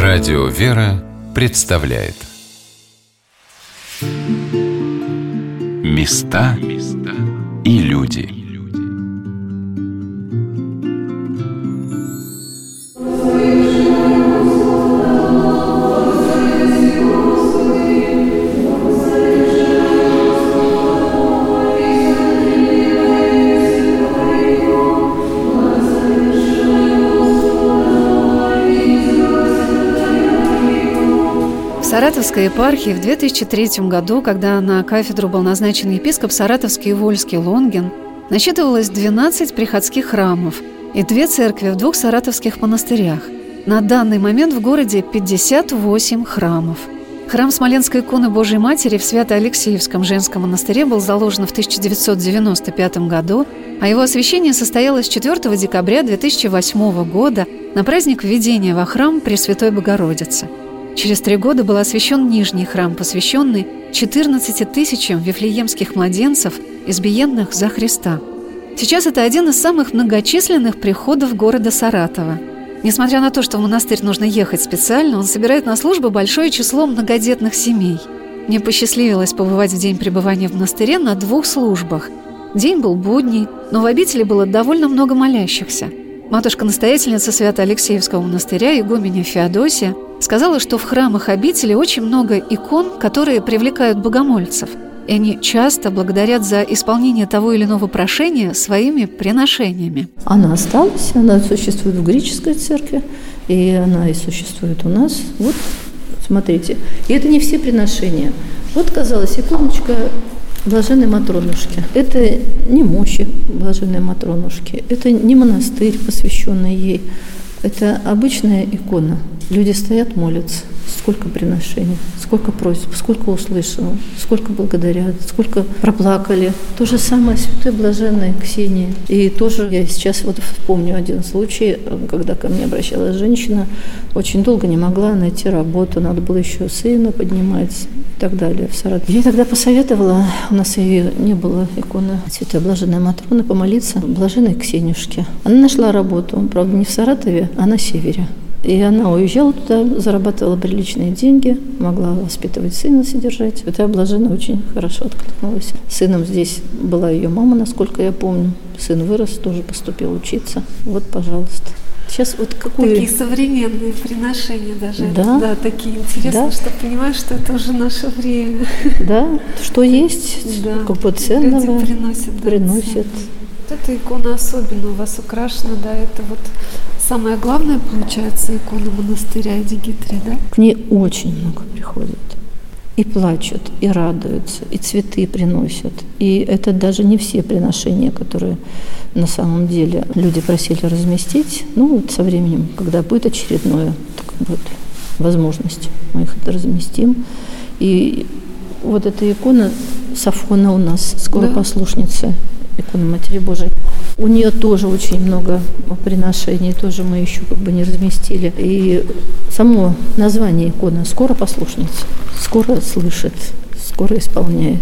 Радио «Вера» представляет Места и люди. В Саратовской епархии в 2003 году, когда на кафедру был назначен епископ Саратовский и Вольский Лонгин, насчитывалось 12 приходских храмов и 2 церкви в 2 саратовских монастырях. На данный момент в городе 58 храмов. Храм Смоленской иконы Божией Матери в Свято-Алексеевском женском монастыре был заложен в 1995 году, а его освящение состоялось 4 декабря 2008 года на праздник введения во храм Пресвятой Богородицы. Через 3 года был освящен Нижний храм, посвященный 14 тысячам вифлеемских младенцев, избиенных за Христа. Сейчас это один из самых многочисленных приходов города Саратова. Несмотря на то, что в монастырь нужно ехать специально, он собирает на службу большое число многодетных семей. Мне посчастливилось побывать в день пребывания в монастыре на 2 службах. День был будний, но в обители было довольно много молящихся. Матушка-настоятельница Свято-Алексеевского монастыря, игуменя Феодосия, сказала, что в храмах обители очень много икон, которые привлекают богомольцев, и они часто благодарят за исполнение того или иного прошения своими приношениями. Она осталась, она существует в греческой церкви, и она и существует у нас. Вот, смотрите. И это не все приношения. Вот, казалось, иконочка Блаженной Матронушки. Это не мощи Блаженной Матронушки, это не монастырь, посвященный ей. Это обычная икона. Люди стоят, молятся. Сколько приношений, сколько просьб, сколько услышано, сколько благодарят, сколько проплакали. То же самое святой блаженной Ксении. И тоже я сейчас вот вспомню один случай, когда ко мне обращалась женщина, очень долго не могла найти работу, надо было еще сына поднимать и так далее в Саратове. Я тогда посоветовала, у нас и не было иконы святой блаженной Матроны, помолиться блаженной Ксенюшке. Она нашла работу, правда, не в Саратове, а на севере. И она уезжала туда, зарабатывала приличные деньги, могла воспитывать сына, содержать. Святая Блаженная очень хорошо откликнулась. Сыном здесь была ее мама, насколько я помню. Сын вырос, тоже поступил учиться. Вот, пожалуйста. Сейчас вот какую... Такие современные приношения даже. Да, да, такие интересные, да. Что понимаешь, что это уже наше время. Да, что есть, да. как бы ценного люди приносят. приносят. Вот эта икона особенно у вас украшена, да, это вот самое главное, получается, икона монастыря Эдигитри, да? К ней очень много приходят. И плачут, и радуются, и цветы приносят. И это даже не все приношения, которые на самом деле люди просили разместить. Ну, вот со временем, когда будет очередное, так будет возможность, мы их разместим. И вот эта икона Сафона у нас, скоропослушница, икона Матери Божией. У нее тоже очень много приношений, тоже мы еще как бы не разместили. И само название иконы «Скоропослушница», скоро слышит, скоро исполняет.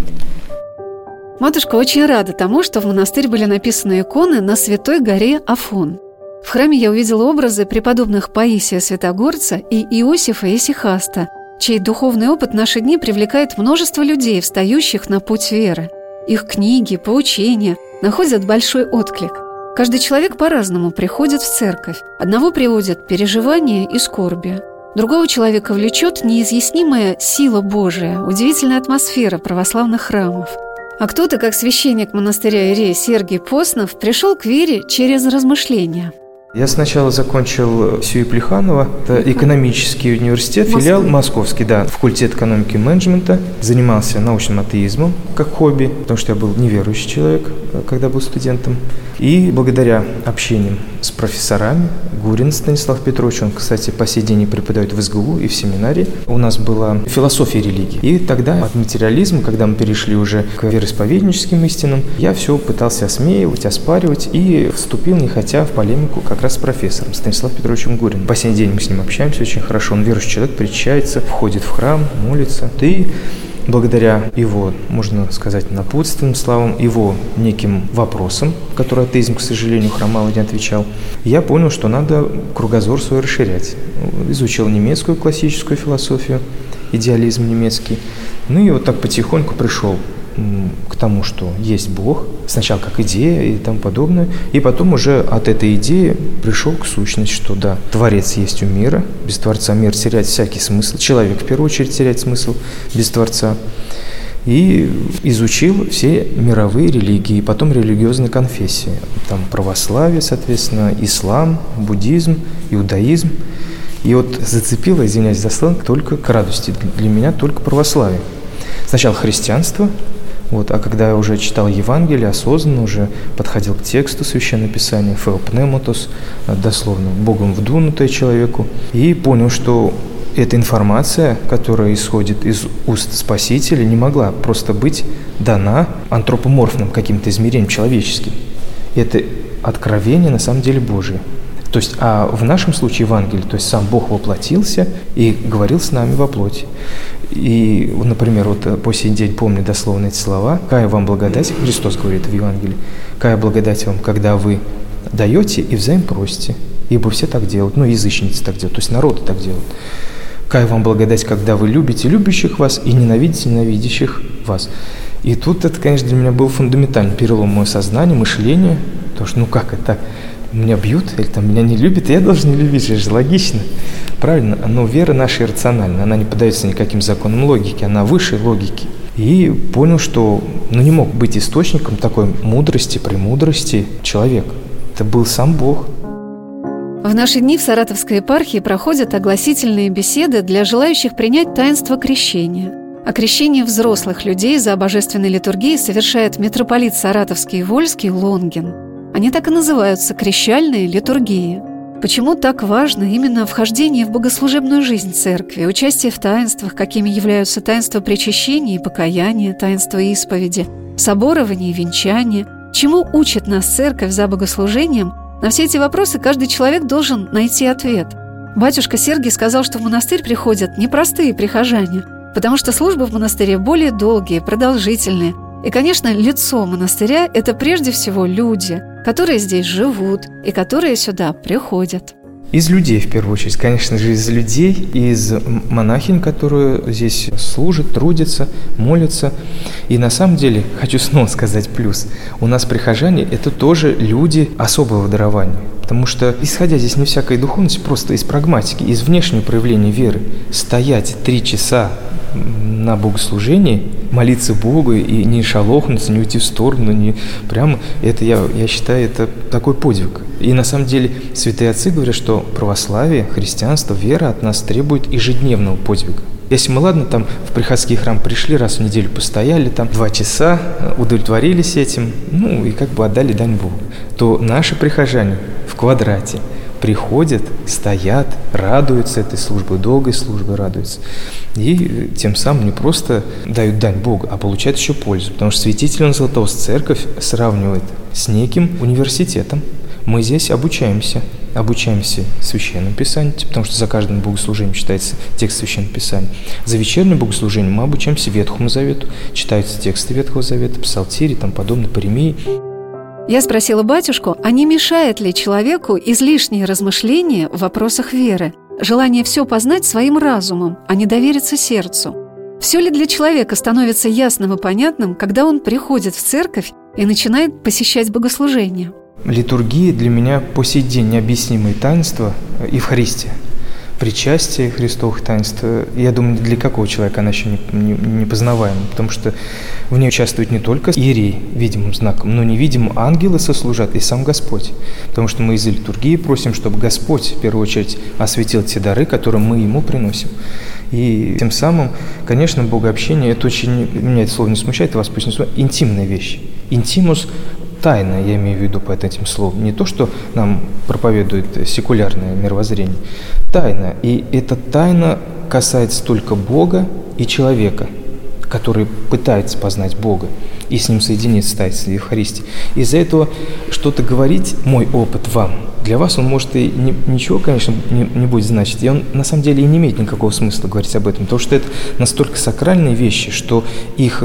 Матушка очень рада тому, что в монастырь были написаны иконы на Святой горе Афон. В храме я увидела образы преподобных Паисия Святогорца и Иосифа Исихаста, чей духовный опыт в наши дни привлекает множество людей, встающих на путь веры. Их книги, поучения находят большой отклик. Каждый человек по-разному приходит в церковь. Одного приводят переживания и скорби. Другого человека влечет неизъяснимая сила Божия, удивительная атмосфера православных храмов. А кто-то, как священник монастыря Иерея Сергий Постнов, пришел к вере через размышления. Я сначала закончил СЮИ Плеханова, это экономический университет, филиал московский, да, факультет экономики и менеджмента. Занимался научным атеизмом как хобби, потому что я был неверующий человек, когда был студентом. И благодаря общениям с профессорами, Гурин Станислав Петрович, он, кстати, по сей день и преподает в СГУ и в семинаре, у нас была философия религии. И тогда от материализма, когда мы перешли уже к вероисповедническим истинам, я все пытался осмеивать, оспаривать и вступил, нехотя, в полемику как раз с профессором Станиславом Петровичем Гуриным. По сей день мы с ним общаемся очень хорошо, он верующий человек, причащается, входит в храм, молится. И благодаря его, можно сказать, напутственным словам, его неким вопросам, которые атеизм, к сожалению, хромал и не отвечал, я понял, что надо кругозор свой расширять. Изучил немецкую классическую философию, идеализм немецкий. Ну и вот так потихоньку пришел к тому, что есть Бог, сначала как идея и тому подобное, и потом уже от этой идеи пришел к сущности, что да, Творец есть у мира, без Творца мир теряет всякий смысл, человек в первую очередь теряет смысл без Творца, и изучил все мировые религии, потом религиозные конфессии, там православие, соответственно, ислам, буддизм, иудаизм, и вот зацепило, извиняюсь за сленг, только к радости для меня только православие. Сначала христианство, а когда я уже читал Евангелие, осознанно уже подходил к тексту Священного Писания, «Феопнемотос», дословно, Богом вдунутое человеку, и понял, что эта информация, которая исходит из уст Спасителя, не могла просто быть дана антропоморфным каким-то измерением человеческим. Это откровение на самом деле Божие. То есть, а в нашем случае Евангелие, то есть сам Бог воплотился и говорил с нами во плоти. И, например, по сей день помню дословно эти слова: «Кая вам благодать», Христос говорит в Евангелии, «Кая благодать вам, когда вы даете и взаим просите, ибо все так делают», язычницы так делают, то есть народы так делают. «Кая вам благодать, когда вы любите любящих вас и ненавидите ненавидящих вас». И тут это, конечно, для меня был фундаментальный перелом моего сознания, мышления, потому что, как это так? Меня бьют или меня не любят, я должен не любить, это же логично, правильно? Но вера наша иррациональна, она не поддается никаким законам логики, она выше логики. И понял, что не мог быть источником такой мудрости, премудрости человек. Это был сам Бог. В наши дни в Саратовской епархии проходят огласительные беседы для желающих принять таинство крещения. А крещение взрослых людей за божественной литургией совершает митрополит Саратовский и Вольский Лонгин. Они так и называются – крещальные литургии. Почему так важно именно вхождение в богослужебную жизнь церкви, участие в таинствах, какими являются таинства причащения и покаяния, таинства исповеди, соборования и венчания? Чему учит нас церковь за богослужением? На все эти вопросы каждый человек должен найти ответ. Батюшка Сергий сказал, что в монастырь приходят непростые прихожане, потому что службы в монастыре более долгие, продолжительные. И, конечно, лицо монастыря – это прежде всего люди, которые здесь живут и которые сюда приходят. Из людей, в первую очередь, конечно же, из людей, из монахинь, которые здесь служат, трудятся, молятся. И на самом деле, хочу снова сказать плюс, у нас прихожане – это тоже люди особого дарования. Потому что, исходя здесь не всякой духовности, просто из прагматики, из внешнего проявления веры, стоять 3 часа на богослужении, молиться Богу и не шалохнуться, не уйти в сторону, не прямо, это я считаю, это такой подвиг. И на самом деле святые отцы говорят, что православие, христианство, вера от нас требует ежедневного подвига. Если мы, в приходский храм пришли, раз в неделю постояли, 2 часа, удовлетворились этим, и отдали дань Богу, то наши прихожане в квадрате приходят, стоят, радуются этой службой, долгой службой радуются. И тем самым не просто дают дань Богу, а получают еще пользу. Потому что святитель Златоуст церковь сравнивает с неким университетом. Мы здесь обучаемся Священному Писанию, потому что за каждым богослужением читается текст Священного Писания. За вечерним богослужением мы обучаемся Ветхому Завету, читаются тексты Ветхого Завета, псалтири, подобное, паремии. Я спросила батюшку, а не мешает ли человеку излишнее размышление в вопросах веры, желание все познать своим разумом, а не довериться сердцу? Все ли для человека становится ясным и понятным, когда он приходит в церковь и начинает посещать богослужения? Литургия для меня по сей день необъяснимые таинства, Евхаристия, причастие Христовых таинств. Я думаю, для какого человека она еще не познаваема, потому что в ней участвует не только иерей видимым знаком, но невидимым ангелы сослужат и сам Господь. Потому что мы из литургии просим, чтобы Господь, в первую очередь, осветил те дары, которые мы Ему приносим. И тем самым, конечно, богообщение, это очень, меня это слово не смущает, вас пусть не смущает, интимная вещь. Интимус тайна, я имею в виду под этим словом, не то, что нам проповедует секулярное мировоззрение, тайна. И эта тайна касается только Бога и человека, который пытается познать Бога и с Ним соединиться, таинство Евхаристии. Из-за этого что-то говорить, мой опыт вам, Для вас он, может, и ничего, конечно, не будет значить. И он, на самом деле, и не имеет никакого смысла говорить об этом. Потому что это настолько сакральные вещи, что их,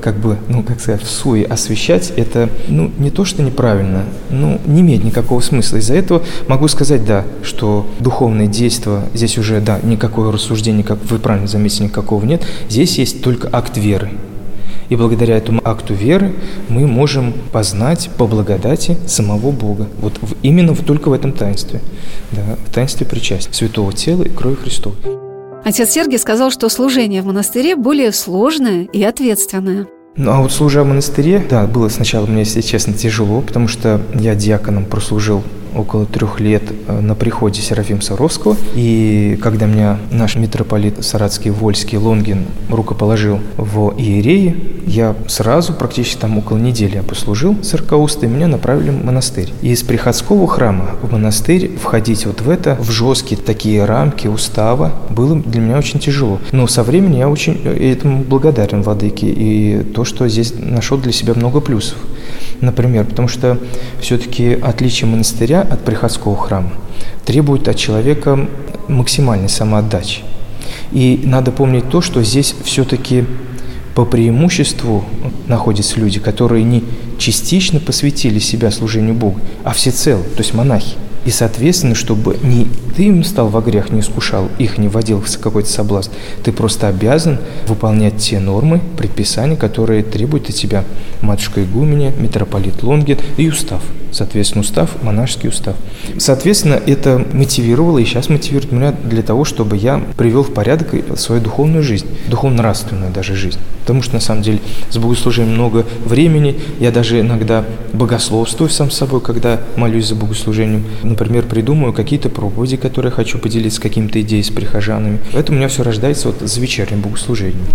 в суе освещать, это, не то, что неправильно, не имеет никакого смысла. Из-за этого могу сказать, да, что духовное действие, здесь уже, да, никакого рассуждения, как вы правильно заметили, никакого нет. Здесь есть только акт веры. И благодаря этому акту веры мы можем познать по благодати самого Бога. Именно только в этом таинстве. Да, в таинстве причастия святого тела и крови Христовой. Отец Сергий сказал, что служение в монастыре более сложное и ответственное. Служа в монастыре, да, было сначала мне, если честно, тяжело, потому что я диаконом прослужил около 3 лет на приходе Серафима Саровского. И когда меня наш митрополит Саратский, Вольский, Лонгин рукоположил в иереи, я сразу, практически там около недели я послужил церковустой, и меня направили в монастырь. И из приходского храма в монастырь входить в жесткие такие рамки устава было для меня очень тяжело. Но со временем я очень этому благодарен владыке, и то, что здесь нашел для себя много плюсов. Например, потому что все-таки отличие монастыря от приходского храма требует от человека максимальной самоотдачи. И надо помнить то, что здесь все-таки по преимуществу находятся люди, которые не частично посвятили себя служению Богу, а всецело, то есть монахи. И, соответственно, чтобы не ты им стал во грех, не искушал, их не вводил в какой-то соблазн, ты просто обязан выполнять те нормы, предписания, которые требует от тебя матушка игуменя, митрополит Лонгин и устав. Соответственно, устав, монашеский устав. Соответственно, это мотивировало и сейчас мотивирует меня для того, чтобы я привел в порядок свою духовную жизнь, духовно-нравственную даже жизнь. Потому что, на самом деле, с богослужением много времени. Я даже иногда богословствую сам с собой, когда молюсь за богослужением. Например, придумаю какие-то проповеди, которые я хочу поделиться, какими-то идеями с прихожанами. Поэтому у меня все рождается за вечерним богослужением.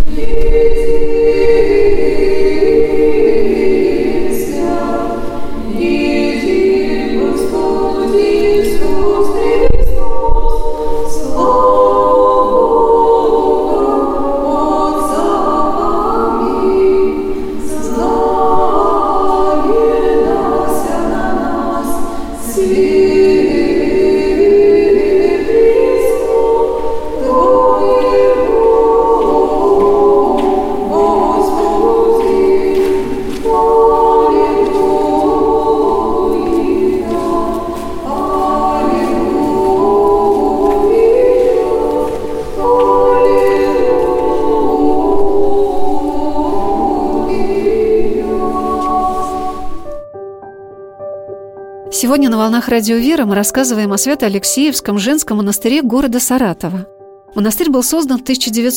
Сегодня на «Волнах Радио Вера» мы рассказываем о Свято-Алексеевском женском монастыре города Саратова. Монастырь был создан в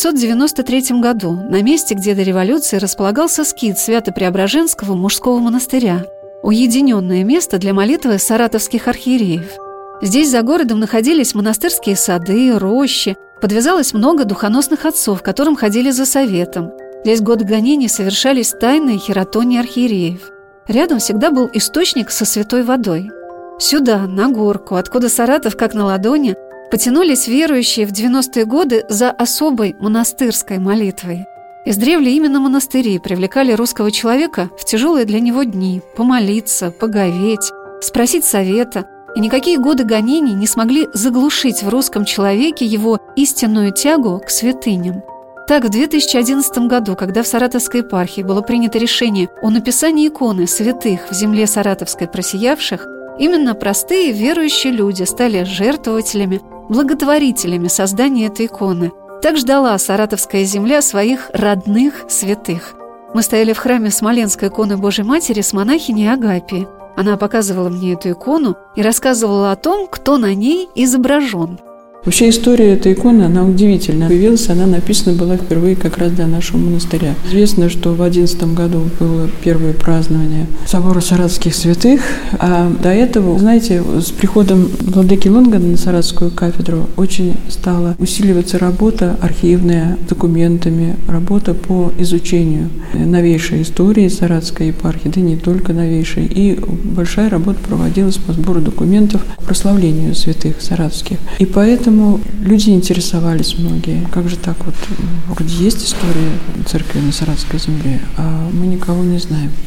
1993 году на месте, где до революции располагался скит Свято-Преображенского мужского монастыря, уединенное место для молитвы саратовских архиереев. Здесь за городом находились монастырские сады, рощи, подвязалось много духоносных отцов, к которым ходили за советом. Здесь в годы гонений совершались тайные хератонии архиереев. Рядом всегда был источник со святой водой. Сюда, на горку, откуда Саратов как на ладони, потянулись верующие в 90-е годы за особой монастырской молитвой. Издревле именно монастыри привлекали русского человека в тяжелые для него дни помолиться, поговеть, спросить совета, и никакие годы гонений не смогли заглушить в русском человеке его истинную тягу к святыням. Так, в 2011 году, когда в Саратовской епархии было принято решение о написании иконы святых в земле саратовской просиявших, именно простые верующие люди стали жертвователями, благотворителями создания этой иконы. Так ждала саратовская земля своих родных святых. Мы стояли в храме Смоленской иконы Божьей Матери с монахиней Агапией. Она показывала мне эту икону и рассказывала о том, кто на ней изображен. Вообще история этой иконы, она удивительна. Появилась, она написана была впервые как раз для нашего монастыря. Известно, что в 2011 году было первое празднование собора саратовских святых, а до этого, знаете, с приходом владыки Лонгина на Саратовскую кафедру очень стала усиливаться работа архивная, с документами, работа по изучению новейшей истории Саратовской епархии, да не только новейшей, и большая работа проводилась по сбору документов к прославлению святых саратовских. И поэтому люди интересовались многие. Как же так вот? Вроде есть история церкви на Саратовской земле, а мы никого не знаем.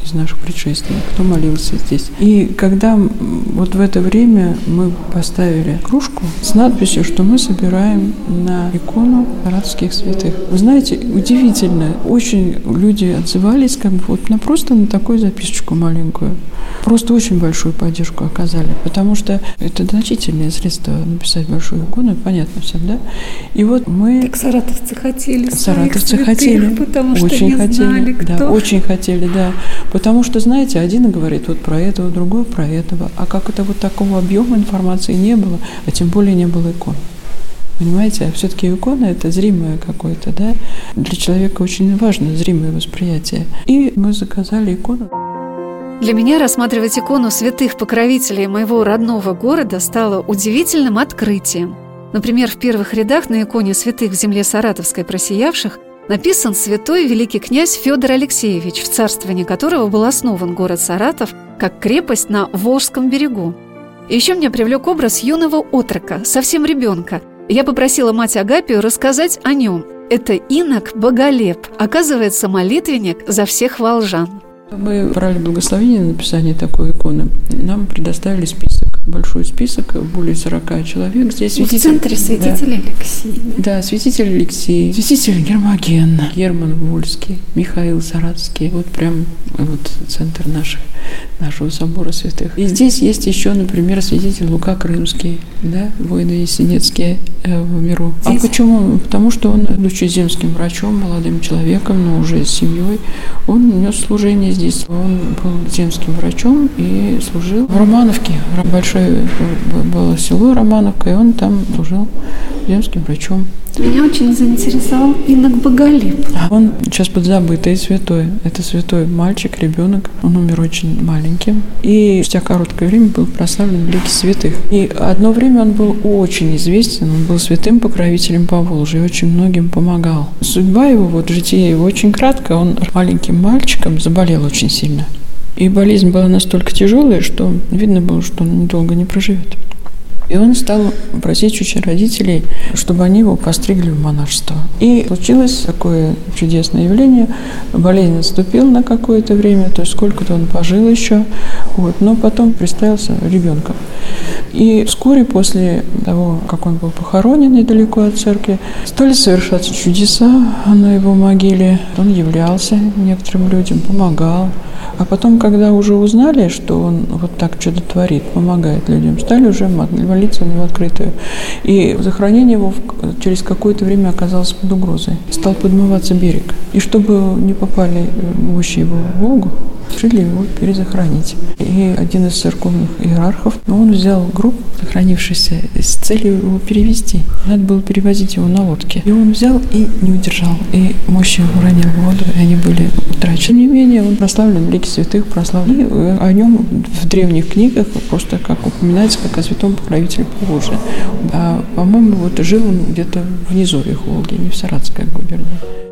из наших предшественников, кто молился здесь. И когда вот в это время мы поставили кружку с надписью, что мы собираем на икону саратовских святых. Вы знаете, удивительно, очень люди отзывались как бы вот просто на такую записочку маленькую. Просто очень большую поддержку оказали, потому что это значительные средства написать большую икону, понятно всем, да? И вот мы... Как саратовцы хотели. Саратовцы хотели. Потому что очень не хотели, знали, кто. Да, очень хотели, да. Потому что, знаете, один говорит вот про этого, другой про этого. А как это вот такого объема информации не было, а тем более не было икон. Понимаете, а все-таки икона – это зримое какое-то, да? Для человека очень важно зримое восприятие. И мы заказали икону. Для меня рассматривать икону святых покровителей моего родного города стало удивительным открытием. Например, в первых рядах на иконе святых в земле Саратовской просиявших написан святой великий князь Федор Алексеевич, в царствовании которого был основан город Саратов как крепость на Волжском берегу. И еще меня привлек образ юного отрока, совсем ребенка. Я попросила мать Агапию рассказать о нем. Это инок Боголеп, оказывается, молитвенник за всех волжан. Мы брали благословение на написание такой иконы. Нам предоставили список, большой список, более 40 человек. Здесь в центре святитель Алексей. Да, святитель Алексей, святитель Гермоген, Герман Вольский, Михаил Саратовский. Вот прям вот центр нашего собора святых. И здесь есть еще, например, святитель Лука Крымский, да, воины Есенинские в миру. А почему? Потому что он, будучи земским врачом, молодым человеком, но уже с семьей, он нес служение здесь. Он был земским врачом и служил в Романовке. Большое было село Романовка, и он там служил земским врачом. Меня очень заинтересовал инок Боголеп. Он сейчас подзабытый святой. Это святой мальчик, ребенок. Он умер очень маленьким. И спустя короткое время был прославлен в лике святых. И одно время он был очень известен. Он был святым покровителем Поволжья и очень многим помогал. Судьба его, вот житие его очень кратко. Он маленьким мальчиком заболел очень сильно. И болезнь была настолько тяжелая, что видно было, что он недолго не проживет. И он стал просить очень родителей, чтобы они его постригли в монашество. И случилось такое чудесное явление. Болезнь отступила на какое-то время, то есть сколько-то он пожил еще, вот, но потом представился ребенком. И вскоре после того, как он был похоронен недалеко от церкви, стали совершаться чудеса на его могиле. Он являлся некоторым людям, помогал. А потом, когда уже узнали, что он вот так что-то творит, помогает людям, стали уже молиться на него открытую. И захоронение его через какое-то время оказалось под угрозой. Стал подмываться берег. И чтобы не попали мощи его в Волгу, решили его перезахоронить. И один из церковных иерархов, он взял гроб, сохранившийся, с целью его перевезти. Надо было перевозить его на лодке. И он взял и не удержал. И мощи уронил в воду, и они были утрачены. Тем не менее, он прославлен в лике святых, прославлен. И о нем в древних книгах просто как упоминается, как о святом покровителе Поволжья. А, по-моему, вот жил он где-то в низовьях Волги, не в Саратовской губернии.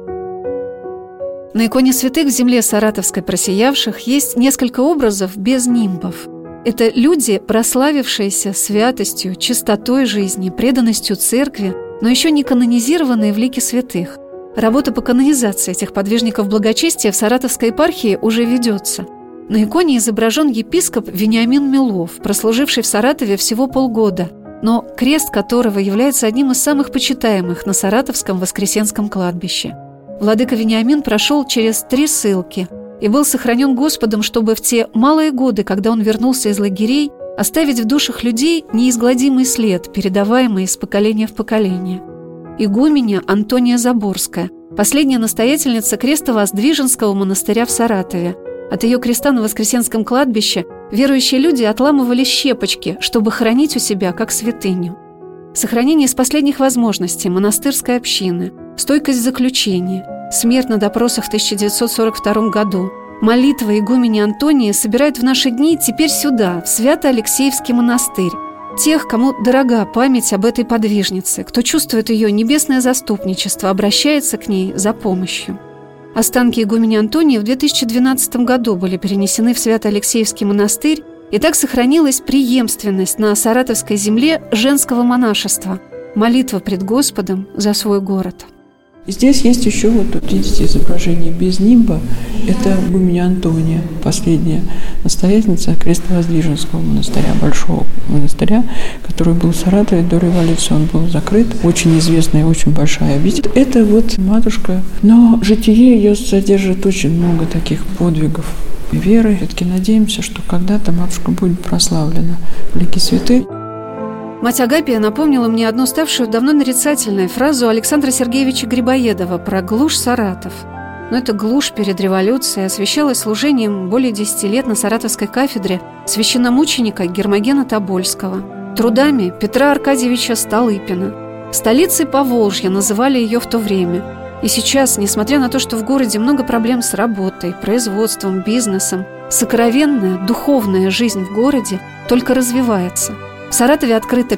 На иконе святых в земле Саратовской просиявших есть несколько образов без нимбов. Это люди, прославившиеся святостью, чистотой жизни, преданностью церкви, но еще не канонизированные в лике святых. Работа по канонизации этих подвижников благочестия в Саратовской епархии уже ведется. На иконе изображен епископ Вениамин Милов, прослуживший в Саратове всего полгода, но крест которого является одним из самых почитаемых на Саратовском Воскресенском кладбище. Владыка Вениамин прошел через 3 ссылки и был сохранен Господом, чтобы в те малые годы, когда он вернулся из лагерей, оставить в душах людей неизгладимый след, передаваемый из поколения в поколение. Игуменя Антония Заборская, последняя настоятельница Крестово-Воздвиженского монастыря в Саратове. От ее креста на Воскресенском кладбище верующие люди отламывали щепочки, чтобы хранить у себя как святыню. Сохранение из последних возможностей монастырской общины, стойкость заключения, смерть на допросах в 1942 году, молитва игумени Антонии собирает в наши дни теперь сюда, в Свято-Алексеевский монастырь, тех, кому дорога память об этой подвижнице, кто чувствует ее небесное заступничество, обращается к ней за помощью. Останки игумени Антонии в 2012 году были перенесены в Свято-Алексеевский монастырь, и так сохранилась преемственность на Саратовской земле женского монашества, молитва пред Господом за свой город. И здесь есть еще, вот видите, изображение без нимба. Это Игуменя Антония, последняя настоятельница Крестовоздвиженского монастыря, большого монастыря, который был в Саратове до революции. Он был закрыт. Очень известная и очень большая обитель. Это вот матушка. Но житие ее содержит очень много таких подвигов веры. Все-таки надеемся, что когда-то матушка будет прославлена в лике святых. Мать Агапия напомнила мне одну ставшую давно нарицательной фразу Александра Сергеевича Грибоедова про глушь Саратов. Но эта глушь перед революцией освящалась служением более 10 лет на Саратовской кафедре священномученика Гермогена Тобольского, трудами Петра Аркадьевича Столыпина. Столицей Поволжья называли ее в то время. И сейчас, несмотря на то, что в городе много проблем с работой, производством, бизнесом, сокровенная, духовная жизнь в городе только развивается. В Саратове открыто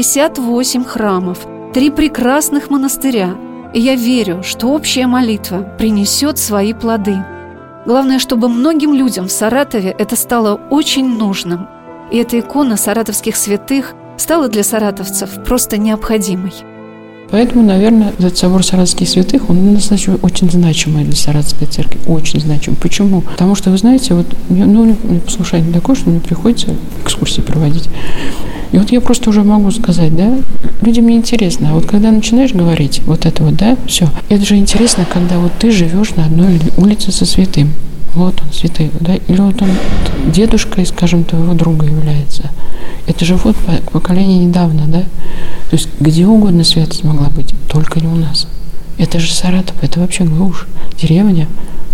58 храмов, 3 прекрасных монастыря. И я верю, что общая молитва принесет свои плоды. Главное, чтобы многим людям в Саратове это стало очень нужным. И эта икона саратовских святых стала для саратовцев просто необходимой. Поэтому, наверное, этот собор Саратовских святых, он однозначно очень значимый для Саратовской церкви, очень значимый. Почему? Потому что, вы знаете, вот, послушание такое, что мне приходится экскурсии проводить. И вот я просто уже могу сказать, да, людям не интересно, а вот когда начинаешь говорить вот это вот, да, все, это же интересно, когда вот ты живешь на одной улице со святым. Вот он, святый, да, или вот он дедушкой, скажем, твоего друга является. Это же вот поколение недавно, да? То есть где угодно святость могла быть, только не у нас. Это же Саратов, это вообще глушь, деревня.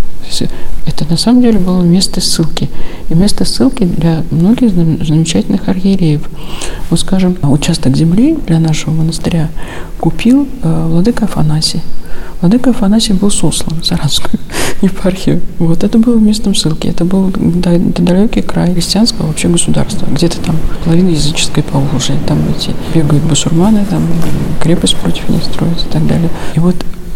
Это на самом деле было место ссылки. И место ссылки для многих замечательных архиереев. Вот, скажем, участок земли для нашего монастыря купил владыка Афанасий. Владыка Афанасий был сослан в Саратовскую епархию. Вот это было местом ссылки. Это был далекий край христианского вообще государства. Где-то там половина языческой Поволжья. Там эти бегают басурманы, там крепость против них строится и так далее. И вот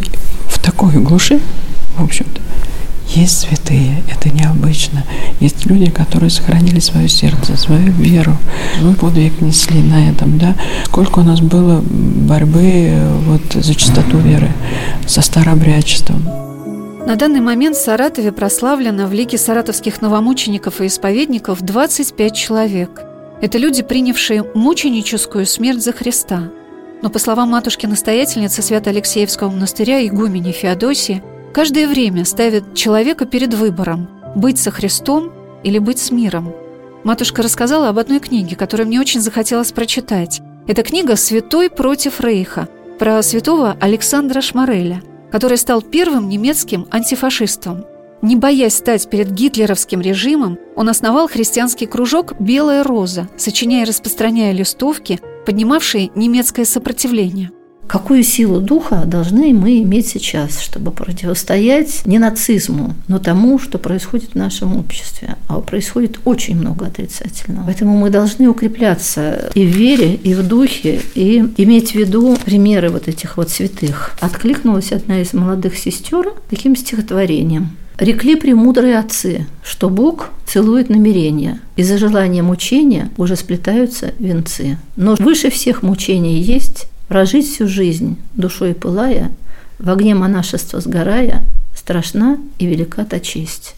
в такой глуши, в общем-то, есть святые, это необычно. Есть люди, которые сохранили свое сердце, свою веру, свой подвиг несли на этом, да. Сколько у нас было борьбы вот за чистоту веры со старообрядчеством. На данный момент в Саратове прославлено в лике саратовских новомучеников и исповедников 25 человек. Это люди, принявшие мученическую смерть за Христа. Но, по словам матушки-настоятельницы Свято-Алексеевского монастыря игумени Феодосии, каждое время ставит человека перед выбором – быть со Христом или быть с миром. Матушка рассказала об одной книге, которую мне очень захотелось прочитать. Это книга «Святой против Рейха» про святого Александра Шмареля, который стал первым немецким антифашистом. Не боясь стать перед гитлеровским режимом, он основал христианский кружок «Белая роза», сочиняя и распространяя листовки, поднимавшие немецкое сопротивление. Какую силу духа должны мы иметь сейчас, чтобы противостоять не нацизму, но тому, что происходит в нашем обществе? А происходит очень много отрицательного. Поэтому мы должны укрепляться и в вере, и в духе, и иметь в виду примеры вот этих вот святых. Откликнулась одна из молодых сестер таким стихотворением. «Рекли премудрые отцы, что Бог целует намерения, и за желание мучения уже сплетаются венцы. Но выше всех мучений есть прожить всю жизнь, душой пылая, в огне монашества сгорая, страшна и велика та честь».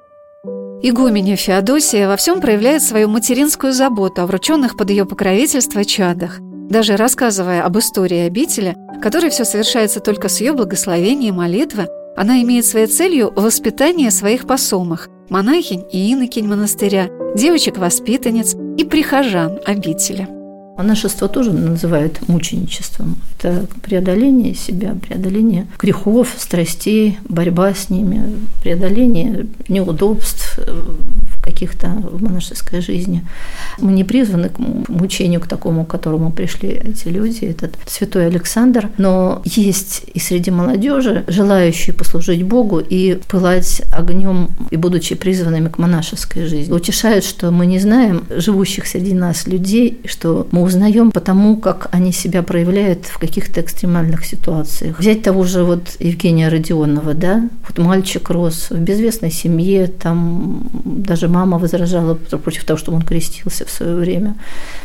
Игуменя Феодосия во всем проявляет свою материнскую заботу о врученных под ее покровительство чадах, даже рассказывая об истории обители, в которой все совершается только с ее благословения и молитвы. Она имеет своей целью воспитание своих посомых, монахинь и инокинь монастыря, девочек-воспитанниц и прихожан обители. Монашество тоже называют мученичеством. Это преодоление себя, преодоление грехов, страстей, борьба с ними, преодоление неудобств каких-то в монашеской жизни. Мы не призваны к мучению, к такому, к которому пришли эти люди, этот святой Александр, но есть и среди молодежи желающие послужить Богу и пылать огнем, и будучи призванными к монашеской жизни. Утешает, что мы не знаем живущих среди нас людей, что мы узнаем по тому, как они себя проявляют в каких-то экстремальных ситуациях. Взять того же вот Евгения Родионова, да, вот мальчик рос в безвестной семье, там даже мама возражала против того, чтобы он крестился в свое время.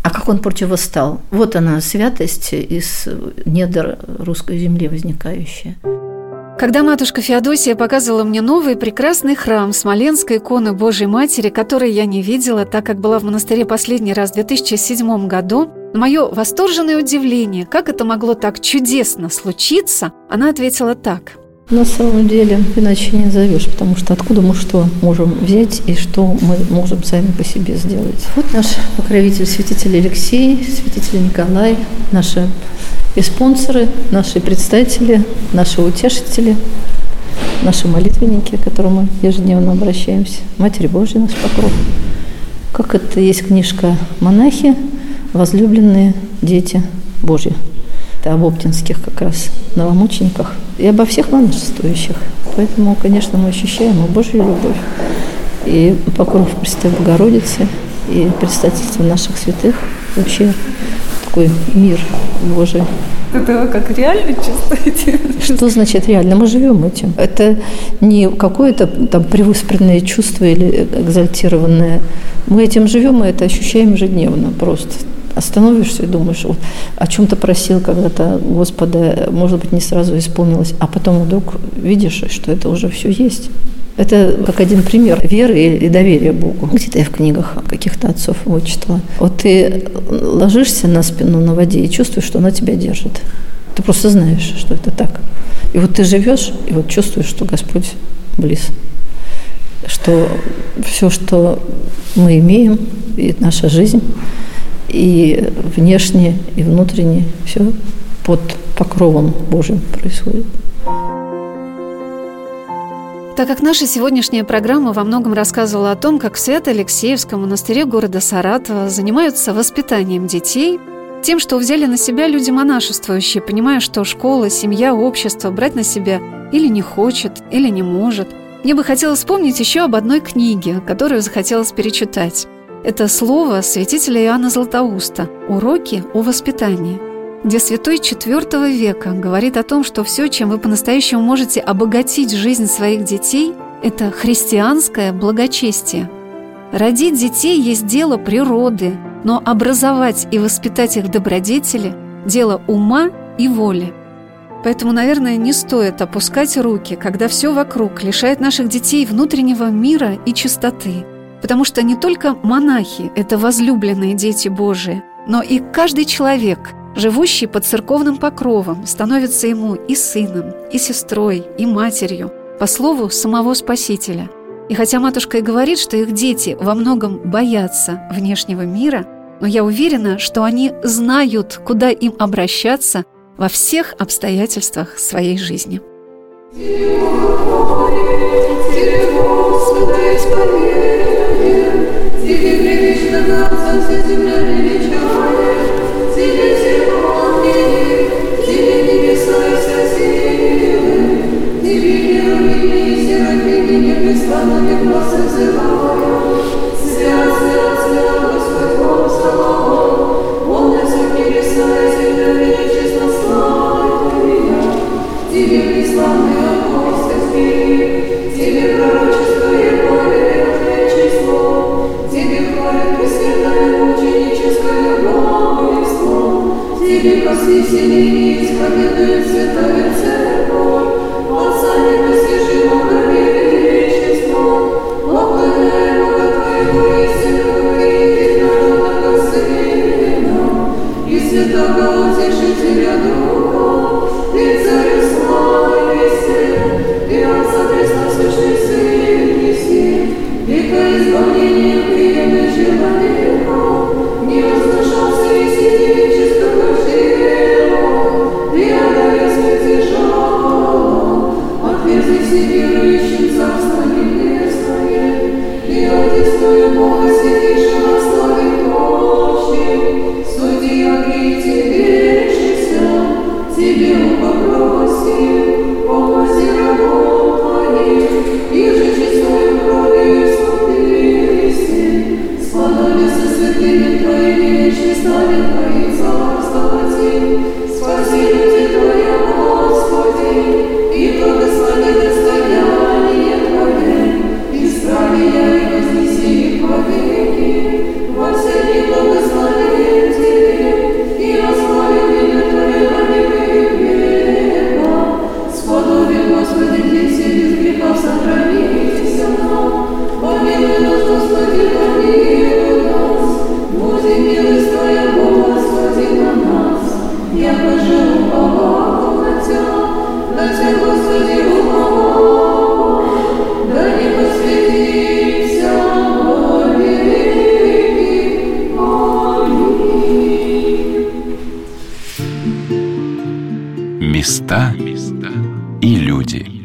А как он противостал? Вот она, святость из недр русской земли возникающая. Когда матушка Феодосия показывала мне новый прекрасный храм Смоленской иконы Божией Матери, который я не видела, так как была в монастыре последний раз в 2007 году, на мое восторженное удивление, как это могло так чудесно случиться, она ответила так. На самом деле, иначе не назовешь, потому что откуда мы что можем взять и что мы можем сами по себе сделать. Вот наш покровитель, святитель Алексей, святитель Николай, наши и спонсоры, наши представители, наши утешители, наши молитвенники, к которым мы ежедневно обращаемся. Матери Божьей наш покров. Как это есть книжка «Монахи, возлюбленные дети Божьи». Это об оптинских как раз новомучениках и обо всех монашествующих. Поэтому, конечно, мы ощущаем и Божью любовь, и покров Пресвятой Богородицы, и предстательство наших святых. Вообще такой мир Божий. Это вы как реально чувствуете? Что значит реально? Мы живем этим. Это не какое-то там превыспренное чувство или экзальтированное. Мы этим живем, и это ощущаем ежедневно просто. Остановишься и думаешь, вот, о чем-то просил когда-то Господа, может быть, не сразу исполнилось, а потом вдруг видишь, что это уже все есть. Это как один пример веры и доверия Богу. Где-то я в книгах каких-то отцов вычитала. Вот ты ложишься на спину на воде и чувствуешь, что она тебя держит. Ты просто знаешь, что это так. И вот ты живешь, и вот чувствуешь, что Господь близ. Что все, что мы имеем, и наша жизнь, и внешне, и внутренне, все под покровом Божьим происходит. Так как наша сегодняшняя программа во многом рассказывала о том, как в Свято-Алексеевском монастыре города Саратова занимаются воспитанием детей, тем, что взяли на себя люди монашествующие, понимая, что школа, семья, общество брать на себя или не хочет, или не может, мне бы хотелось вспомнить еще об одной книге, которую захотелось перечитать. Это слово святителя Иоанна Златоуста «Уроки о воспитании», где святой IV века говорит о том, что все, чем вы по-настоящему можете обогатить жизнь своих детей, это христианское благочестие. Родить детей есть дело природы, но образовать и воспитать их добродетели – дело ума и воли. Поэтому, наверное, не стоит опускать руки, когда все вокруг лишает наших детей внутреннего мира и чистоты. Потому что не только монахи – это возлюбленные дети Божии, но и каждый человек, живущий под церковным покровом, становится ему и сыном, и сестрой, и матерью, по слову самого Спасителя. И хотя матушка и говорит, что их дети во многом боятся внешнего мира, но я уверена, что они знают, куда им обращаться во всех обстоятельствах своей жизни. Во все дни благословения Места и люди.